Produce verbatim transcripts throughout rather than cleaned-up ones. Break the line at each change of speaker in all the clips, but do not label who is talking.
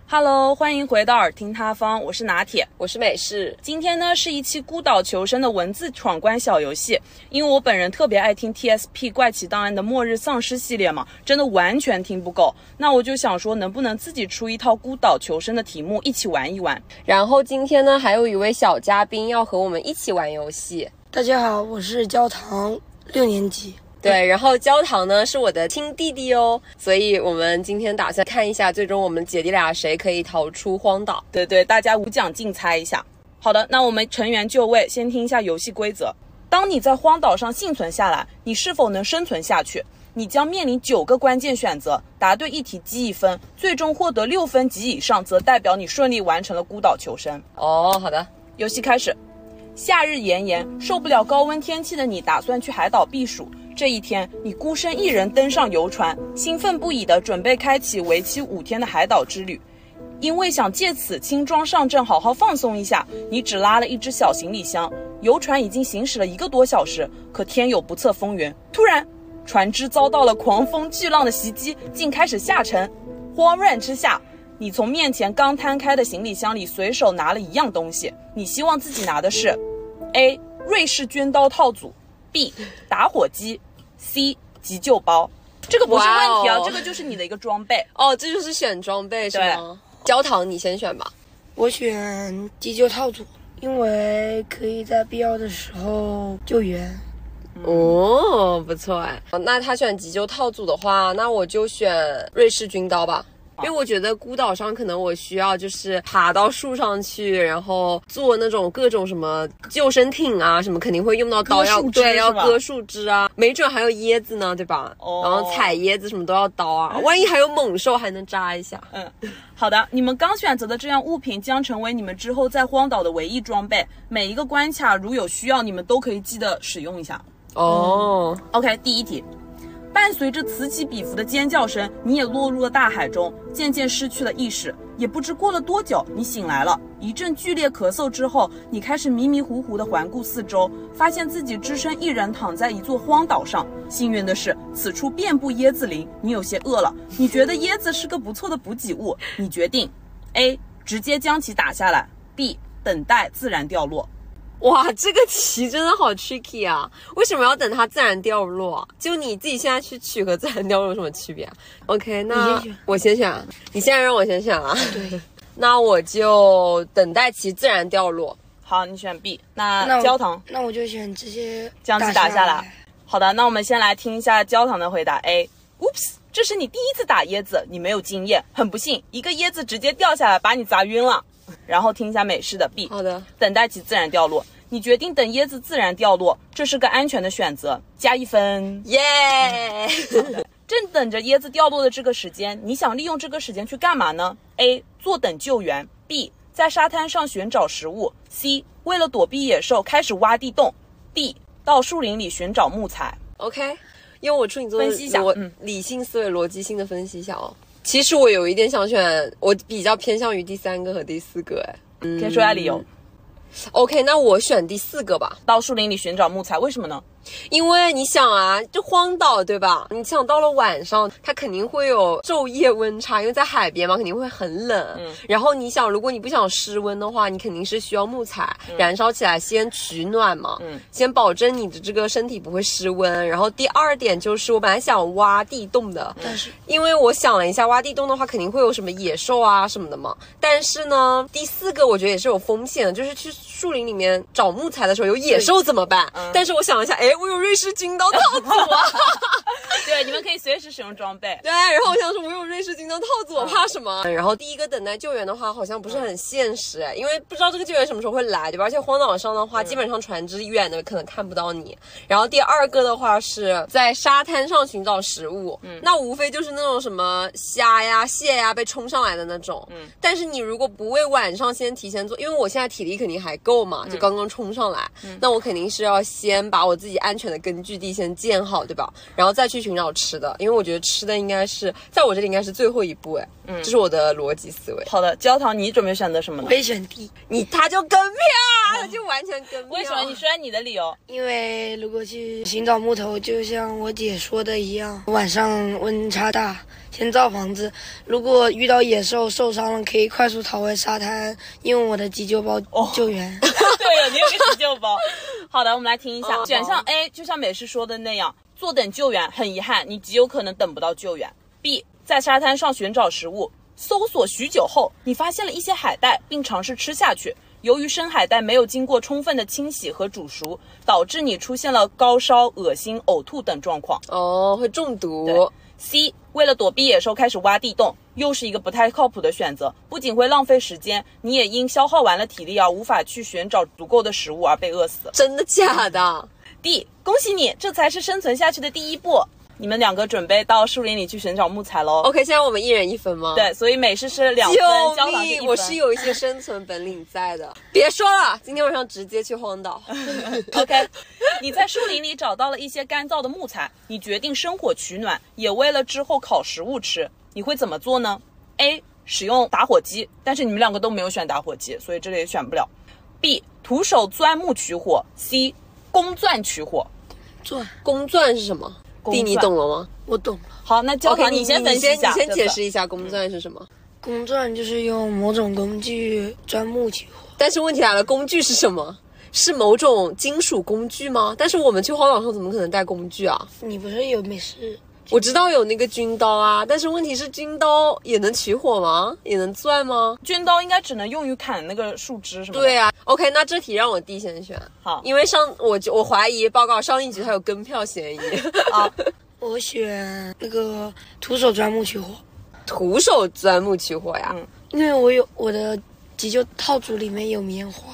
Hello， 欢迎回到耳听他方，我是拿铁，
我是美式。
今天呢是一期孤岛求生的文字闯关小游戏，因为我本人特别爱听 T S P 怪奇档案的末日丧尸系列嘛，真的完全听不够。那我就想说，能不能自己出一套孤岛求生的题目，一起玩一玩？
然后今天呢，还有一位小嘉宾要和我们一起玩游戏。
大家好，我是焦糖，六年级。
对，然后焦糖呢是我的亲弟弟哦，所以我们今天打算看一下，最终我们姐弟俩谁可以逃出荒岛。
对对，大家无奖竞猜一下。好的，那我们成员就位，先听一下游戏规则。当你在荒岛上幸存下来，你是否能生存下去？你将面临九个关键选择，答对一题积一分，最终获得六分及以上，则代表你顺利完成了孤岛求生。
哦，好的。
游戏开始。夏日炎炎，受不了高温天气的你打算去海岛避暑。这一天，你孤身一人登上游船，兴奋不已地准备开启为期五天的海岛之旅。因为想借此轻装上阵，好好放松一下，你只拉了一只小行李箱。游船已经行驶了一个多小时，可天有不测风云，突然，船只遭到了狂风巨浪的袭击，竟开始下沉。慌乱之下，你从面前刚摊开的行李箱里随手拿了一样东西，你希望自己拿的是 A. 瑞士军刀套组， B. 打火机， C. 急救包。这个不是问题啊， wow. 这个就是你的一个装备
哦，这就是选装备是吗？焦糖你先选吧。
我选急救套组，因为可以在必要的时候救援。
哦，不错哎。那他选急救套组的话，那我就选瑞士军刀吧。因为我觉得孤岛上可能我需要就是爬到树上去，然后做那种各种什么救生艇啊什么，肯定会用到刀，要对要割树枝啊，没准还有椰子呢，对吧？哦，然后采椰子什么都要刀啊，万一还有猛兽还能扎一下。
嗯，好的，你们刚选择的这样物品将成为你们之后在荒岛的唯一装备，每一个关卡如有需要，你们都可以记得使用一下。
哦、
嗯、，OK， 第一题。伴随着此起彼伏的尖叫声，你也落入了大海中，渐渐失去了意识。也不知过了多久，你醒来了。一阵剧烈咳嗽之后，你开始迷迷糊糊地环顾四周，发现自己只身一人躺在一座荒岛上。幸运的是，此处遍布椰子林，你有些饿了。你觉得椰子是个不错的补给物，你决定 A. 直接将其打下来， B. 等待自然掉落。
哇，这个题真的好 tricky 啊！为什么要等它自然掉落？就你自己现在去取和自然掉落有什么区别啊 ？OK， 那
先
我先选，你现在让我先选啊？
对，
那我就等待其自然掉落。
好，你选 B。那焦糖？
那我就选直接
将其打下来。好的，那我们先来听一下焦糖的回答 A。Oops， 这是你第一次打椰子，你没有经验，很不幸，一个椰子直接掉下来把你砸晕了。然后听一下美式的 B。
好的，
等待其自然掉落。你决定等椰子自然掉落，这是个安全的选择，加一分。
耶、
yeah! 正等着椰子掉落的这个时间，你想利用这个时间去干嘛呢？ A. 坐等救援， B. 在沙滩上寻找食物， C. 为了躲避野兽开始挖地洞， D. 到树林里寻找木材。
OK， 因为我处女座
分析一下、
嗯、理性思维逻辑性的分析一下哦。其实我有一点想选，我比较偏向于第三个和第四个哎、
嗯，可以说下理由。
OK， 那我选第四个吧。
到树林里寻找木材，为什么呢？
因为你想啊，这荒岛对吧？你想到了晚上，它肯定会有昼夜温差，因为在海边嘛，肯定会很冷。嗯，然后你想，如果你不想失温的话，你肯定是需要木材、嗯、燃烧起来先取暖嘛。嗯，先保证你的这个身体不会失温。然后第二点就是，我本来想挖地洞的，但是因为我想了一下，挖地洞的话肯定会有什么野兽啊什么的嘛。但是呢，第四个我觉得也是有风险的，就是去树林里面找木材的时候有野兽怎么办？嗯、但是我想了一下，哎。我有瑞士军刀套组啊
对，你们可以随时使用装备。
对，然后我想说我有瑞士军刀套组，我怕什么、嗯、然后第一个等待救援的话好像不是很现实、嗯、因为不知道这个救援什么时候会来，对吧？而且荒岛上的话、嗯、基本上船只远的可能看不到你。然后第二个的话是在沙滩上寻找食物，嗯，那无非就是那种什么虾呀蟹呀被冲上来的那种，嗯，但是你如果不为晚上先提前做，因为我现在体力肯定还够嘛，就刚刚冲上来、嗯、那我肯定是要先把我自己安全的根据地先建好，对吧？然后再去寻找吃的，因为我觉得吃的应该是在我这里应该是最后一步，哎，嗯，这是我的逻辑思维。
好的，焦糖，你准备选择什么呢？
我也选 D，
你他就跟票啊，他就完全跟票。
为什么？你说下你的理由。
因为如果去寻找木头，就像我姐说的一样，晚上温差大，先造房子。如果遇到野兽受伤了，可以快速逃回沙滩，用我的急救包救援。
哦、对了，你有个急救包。好的，我们来听一下。
哦、
选项 A 就像美式说的那样，坐等救援，很遗憾，你极有可能等不到救援。B 在沙滩上寻找食物，搜索许久后，你发现了一些海带，并尝试吃下去。由于生海带没有经过充分的清洗和煮熟，导致你出现了高烧、恶心、呕吐等状况。
哦，会中毒。
C 为了躲避野兽开始挖地洞，又是一个不太靠谱的选择，不仅会浪费时间，你也因消耗完了体力而无法去寻找足够的食物而被饿死。
真的假的？
D 恭喜你，这才是生存下去的第一步。你们两个准备到树林里去寻找木材喽。
OK， 现在我们一人一分吗？
对，所以美式是两分，焦糖是一分。
我是有一些生存本领在的。别说了，今天晚上直接去荒岛。
OK， 你在树林里找到了一些干燥的木材，你决定生火取暖，也为了之后烤食物吃。你会怎么做呢？ A 使用打火机，但是你们两个都没有选打火机，所以这里也选不了。 B 徒手钻木取火。 C 公钻取火。
钻
公钻是什么？弟，你懂了吗？
我懂了。
好，那焦糖、
okay,
你先分析一下。
你先解释一下公钻是什么。
公钻就是用某种工具钻木取火。
但是问题来了，工具是什么？是某种金属工具吗？但是我们去荒岛上怎么可能带工具啊？
你不是有美式？
我知道有那个军刀啊，但是问题是军刀也能取火吗？也能钻吗？
军刀应该只能用于砍那个树枝什么的。
对啊 ，OK， 那这题让我弟先选。
好，
因为上我我怀疑报告上一局他有跟票嫌疑。
好，
我选那个徒手钻木取火。
徒手钻木取火呀？
嗯，
因为我有我的急救套组里面有棉花。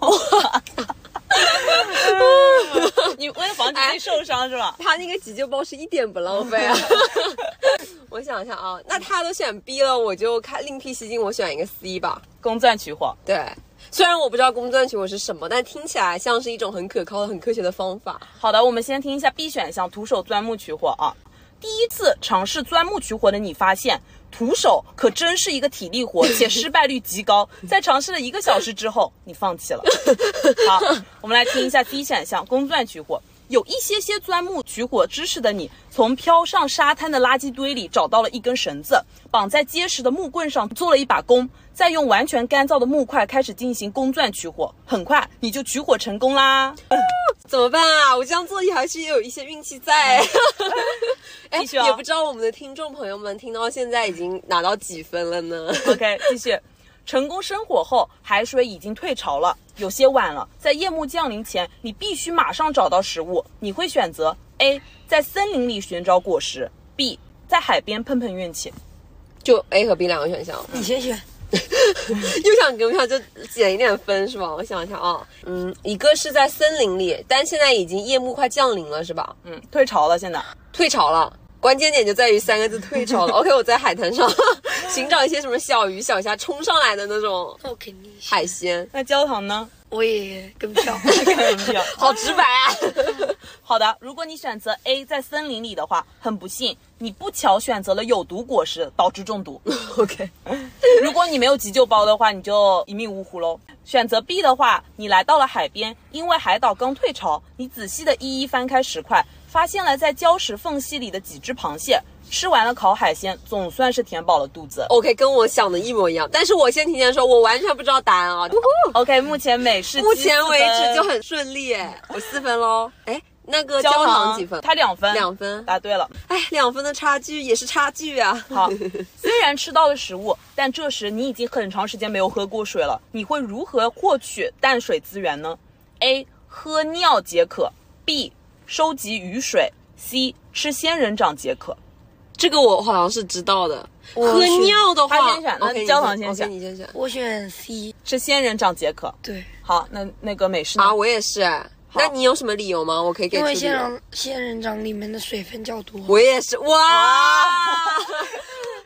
你为了防止自己受伤是吧？
他那个急救包是一点不浪费啊。我想一下啊，那他都选 B 了，我就看另辟蹊径，我选一个 C 吧。
公钻取火。
对，虽然我不知道公钻取火是什么，但听起来像是一种很可靠的、很科学的方法。
好的，我们先听一下 B 选项，徒手钻木取火啊。第一次尝试钻木取火的你发现，徒手可真是一个体力活，且失败率极高。在尝试了一个小时之后，你放弃了。好，我们来听一下 D 选项，公钻取火。有一些些钻木取火知识的你，从飘上沙滩的垃圾堆里找到了一根绳子，绑在结实的木棍上做了一把弓，再用完全干燥的木块开始进行公钻取火。很快你就取火成功啦。
怎么办啊？我这样做还是有一些运气在。哎，
继续、哦、
也不知道我们的听众朋友们听到现在已经拿到几分了呢
OK， 继续。成功生火后，海水已经退潮了，有些晚了。在夜幕降临前，你必须马上找到食物。你会选择 A 在森林里寻找果实， B 在海边碰碰运气。
就 A 和 B 两个选项，
你先选。
又想跟票就减一点分是吧？我想一下啊，嗯，一个是在森林里，但现在已经夜幕快降临了是吧？
嗯，退潮了，现在
退潮了。关键点就在于三个字退潮了。OK， 我在海滩上寻找一些什么小鱼小虾冲上来的那种海鲜。
那焦糖呢？
我也跟票，
跟票，
好直白啊。
好的，如果你选择 A 在森林里的话，很不幸，你不巧选择了有毒果实，导致中毒。
OK，
如果你没有急救包的话，你就一命呜呼喽。选择 B 的话，你来到了海边，因为海岛刚退潮，你仔细的一一翻开石块，发现了在礁石缝隙里的几只螃蟹。吃完了烤海鲜，总算是填饱了肚子。
OK， 跟我想的一模一样，但是我先提前说，我完全不知道答案啊。
OK， 目前美式
目前为止就很顺利哎，我四分咯。哎，那个焦糖几分？
他两分，
两分，
答对了。
哎，两分的差距也是差距啊。
好，虽然吃到了食物，但这时你已经很长时间没有喝过水了，你会如何获取淡水资源呢？ A 喝尿解渴， B 收集雨水， C 吃仙人掌解渴。
这个我好像是知道的。喝尿的话，
他先选，那焦糖先选。
你先选。
我选 C，
是仙人掌解渴。
对。
好，那那个美式呢？
啊，我也是。那你有什么理由吗？我可以给出理由。
因为仙人仙人掌里面的水分较多。
我也是。哇，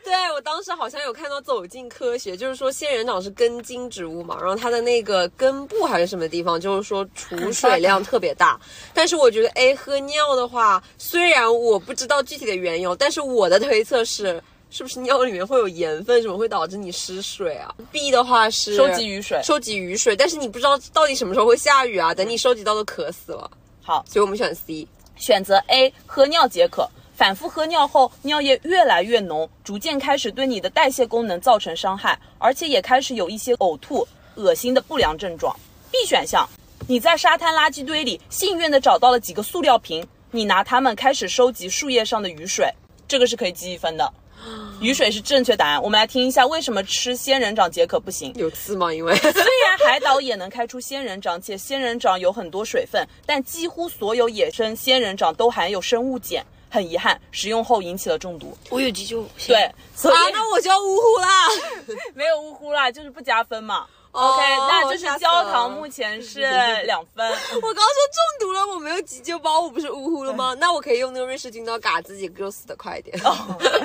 对，我当时好像有看到《走进科学》，就是说仙人掌是根茎植物嘛，然后它的那个根部还是什么地方，就是说储水量特别大。但是我觉得 A 喝尿的话，虽然我不知道具体的缘由，但是我的推测是。是不是尿里面会有盐分，什么会导致你失水啊 ？B 的话是
收集雨水，
收集雨水，但是你不知道到底什么时候会下雨啊，等你收集到都渴死了。
好，
所以我们选 C，
选择 A， 喝尿解渴。反复喝尿后，尿液越来越浓，逐渐开始对你的代谢功能造成伤害，而且也开始有一些呕吐、恶心的不良症状。B 选项，你在沙滩垃圾堆里幸运地找到了几个塑料瓶，你拿它们开始收集树叶上的雨水，这个是可以记一分的。雨水是正确答案。我们来听一下为什么吃仙人掌解渴不行。
有刺吗？因为
虽然海岛也能开出仙人掌，且仙人掌有很多水分，但几乎所有野生仙人掌都含有生物碱，很遗憾，食用后引起了中毒。
我有急救。
对，所以、
啊、那我就要呜呼啦。
没有呜呼啦，就是不加分嘛。OK， 那就是焦糖目前是两分。
我刚说中毒了，我没有急救包，我不是呜呼了吗？那我可以用那个瑞士军刀嘎自己，就死得快一点。
Oh.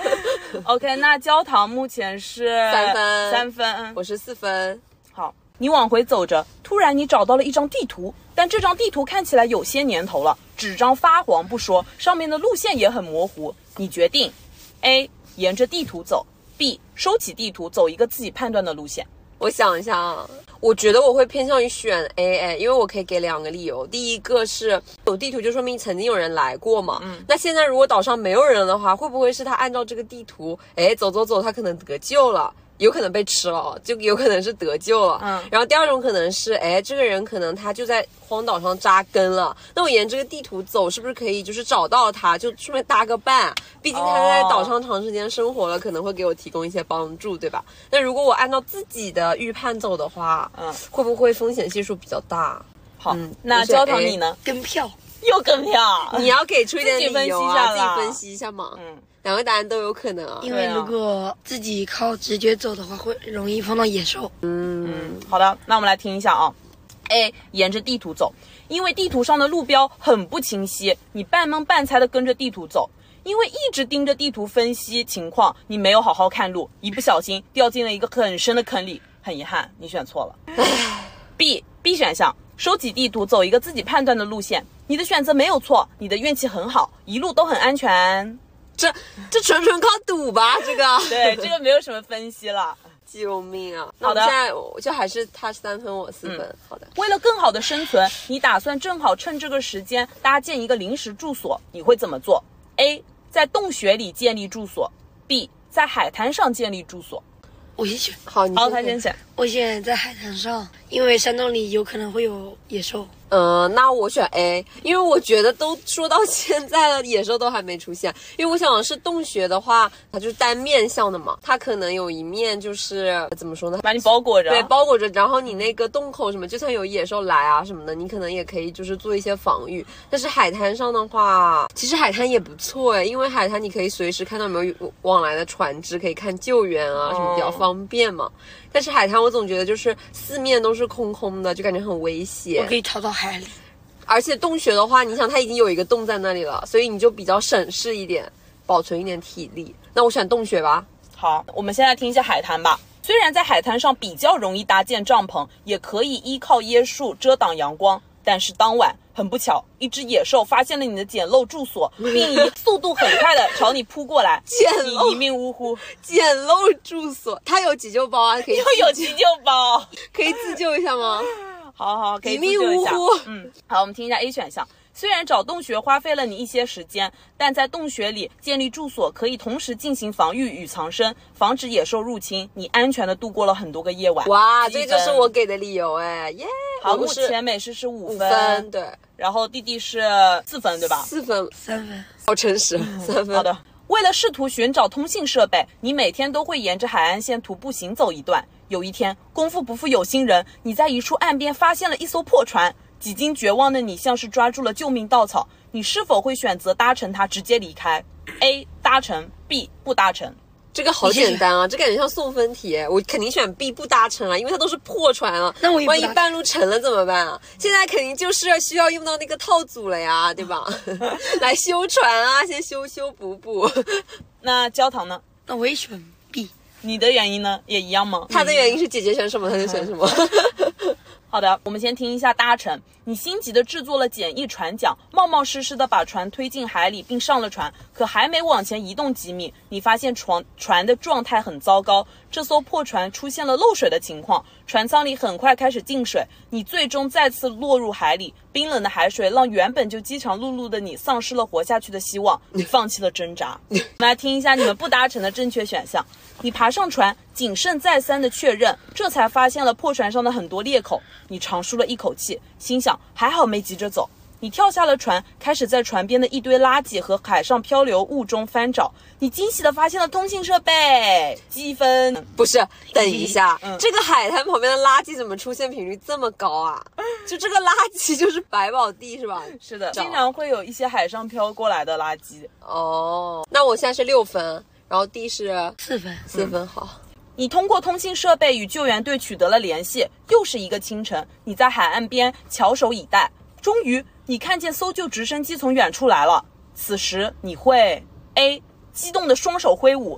OK， 那焦糖目前是
三分，
三分，
我是四分。
好，你往回走着，突然你找到了一张地图，但这张地图看起来有些年头了，纸张发黄不说，上面的路线也很模糊。你决定 A 沿着地图走， B 收起地图走一个自己判断的路线。
我想一下啊，我觉得我会偏向于选 A， 哎，因为我可以给两个理由。第一个是有地图就说明曾经有人来过嘛，嗯，那现在如果岛上没有人的话，会不会是他按照这个地图，哎，走走走，他可能得救了。有可能被吃了，就有可能是得救了。嗯，然后第二种可能是，哎，这个人可能他就在荒岛上扎根了。那我沿这个地图走，是不是可以就是找到他，就顺便搭个伴？毕竟他在岛上长时间生活了，可能会给我提供一些帮助，对吧？那如果我按照自己的预判走的话，嗯，会不会风险系数比较大？
好，嗯、那焦糖你呢？
跟票
又跟票，
你要给出一点理由啊，自己分析一下嘛。
嗯。
两个答案都有可能啊，
因为如果自己靠直觉走的话，会容易碰到野兽。
嗯，好的，那我们来听一下啊。A 沿着地图走，因为地图上的路标很不清晰，你半蒙半猜的跟着地图走，因为一直盯着地图分析情况，你没有好好看路，一不小心掉进了一个很深的坑里，很遗憾，你选错了。B B 选项，收起地图走一个自己判断的路线，你的选择没有错，你的运气很好，一路都很安全。
这这纯纯靠赌吧，这个
对，这个没有什么分析了。
救命啊！
好的，
那我现在我就还是他三分，我四分、嗯。好的。
为了更好的生存，你打算正好趁这个时间搭建一个临时住所，你会怎么做 ？A 在洞穴里建立住所 ，B 在海滩上建立住所。
我先选。
好，你
好，他先选。
我选在海滩上，因为山洞里有可能会有野兽。
呃，那我选 A， 因为我觉得都说到现在了，野兽都还没出现。因为我想的是洞穴的话，它就是单面向的嘛，它可能有一面就是怎么说呢，
把你包裹着，
对，包裹着。然后你那个洞口什么，就算有野兽来啊什么的，你可能也可以就是做一些防御。但是海滩上的话，其实海滩也不错诶，因为海滩你可以随时看到有没有往来的船只，可以看救援啊什么，比较方便嘛。但是海滩我总觉得就是四面都是空空的，就感觉很危险。
我可以逃到海里。
而且洞穴的话，你想它已经有一个洞在那里了，所以你就比较省事一点，保存一点体力。那我选洞穴吧。
好，我们现在听一下海滩吧。虽然在海滩上比较容易搭建帐篷，也可以依靠椰树遮挡阳光，但是当晚很不巧，一只野兽发现了你的简陋住所，并以速度很快的朝你扑过来，你一命呜呼。
简陋住所，它有急救包啊，可以
又有急救包，
可以自救一下吗？
好好，可以
一命呜呼。
嗯，好，我们听一下 A 选项。虽然找洞穴花费了你一些时间，但在洞穴里建立住所可以同时进行防御与藏身，防止野兽入侵，你安全的度过了很多个夜晚。
哇，这就是我给的理由哎，耶！
好，目前美诗是五分，
五分，对，
然后弟弟是四分，对吧？
四分，
三分，
好诚实，三分。
好的。为了试图寻找通信设备，你每天都会沿着海岸线徒步行走一段。有一天，功夫不负有心人，你在一处岸边发现了一艘破船。几经绝望的你像是抓住了救命稻草，你是否会选择搭乘它直接离开 ？A 搭乘 ，B 不搭乘。
这个好简单啊，这感觉像送分题，我肯定选 B 不搭乘啊，因为它都是破船啊。
那我也
万一半路沉了怎么办啊？现在肯定就是需要用到那个套组了呀，对吧？来修船啊，先修修补补。
那焦糖呢？
那我也选 B。
你的原因呢？也一样吗？
他的原因是姐姐选什么他就选什么。
好的，我们先听一下搭乘。你心急地制作了简易船桨，冒冒失失地把船推进海里并上了船，可还没往前移动几米，你发现船船的状态很糟糕，这艘破船出现了漏水的情况，船舱里很快开始进水，你最终再次落入海里，冰冷的海水让原本就饥肠辘辘的你丧失了活下去的希望，你放弃了挣扎。我们来听一下你们不搭乘的正确选项。你爬上船，谨慎再三的确认，这才发现了破船上的很多裂口。你长舒了一口气，心想还好没急着走。你跳下了船，开始在船边的一堆垃圾和海上漂流物中翻找。你惊喜的发现了通信设备，积分。
不是，等一下，
嗯、
这个海滩旁边的垃圾怎么出现频率这么高啊？就这个垃圾就是百宝地是吧？
是的，经常会有一些海上飘过来的垃圾。
哦，那我现在是六分，然后 D 是
四分，
四分好。
你通过通信设备与救援队取得了联系，又是一个清晨，你在海岸边翘首以待，终于你看见搜救直升机从远处来了。此时你会 A 激动的双手挥舞，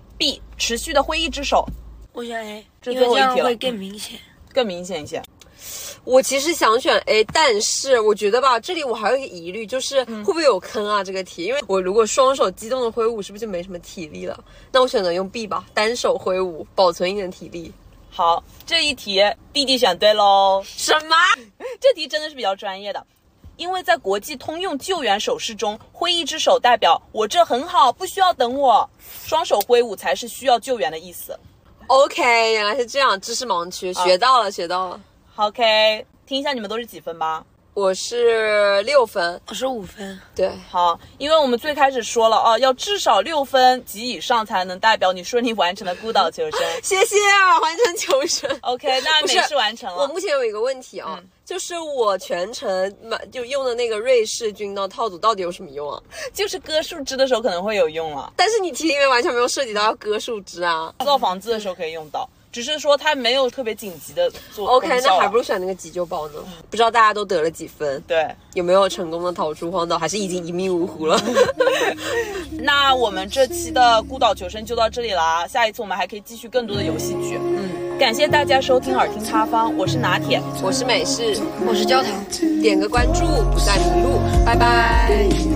B 持续的挥一只手。
我选 A，
这
因为这样
最后一题了
会更明显，
更明显一些。
我其实想选 A， 但是我觉得吧，这里我还有一个疑虑，就是会不会有坑啊？这个题，因为我如果双手激动的挥舞，是不是就没什么体力了？那我选择用 B 吧，单手挥舞，保存一点体力。
好，这一题弟弟选对喽。
什么？
这题真的是比较专业的，因为在国际通用救援手势中，挥一只手代表我这很好，不需要等我，双手挥舞才是需要救援的意思。
OK， 原来是这样，知识盲区，学到了，啊、学到了。
OK， 听一下你们都是几分吧。
我是六分，
我是五分。
对，
好，因为我们最开始说了啊，要至少六分及以上才能代表你顺利完成了孤岛求生。
谢谢啊，完成求生。
OK， 那没事完成了。
我目前有一个问题啊，嗯、就是我全程就用的那个瑞士军刀套组到底有什么用啊？
就是割树枝的时候可能会有用啊，
但是你题里面完全没有涉及到要割树枝啊。
造房子的时候可以用到。只是说它没有特别紧急的做、啊、
OK， 那还不如选那个急救包呢。嗯、不知道大家都得了几分？
对，
有没有成功的逃出荒岛，还是已经一命呜呼了？
那我们这期的孤岛求生就到这里啦，下一次我们还可以继续更多的游戏剧。嗯，感谢大家收听耳听他方，我是拿铁，
我是美式，
我是焦糖，
点个关注，不再迷路，拜拜。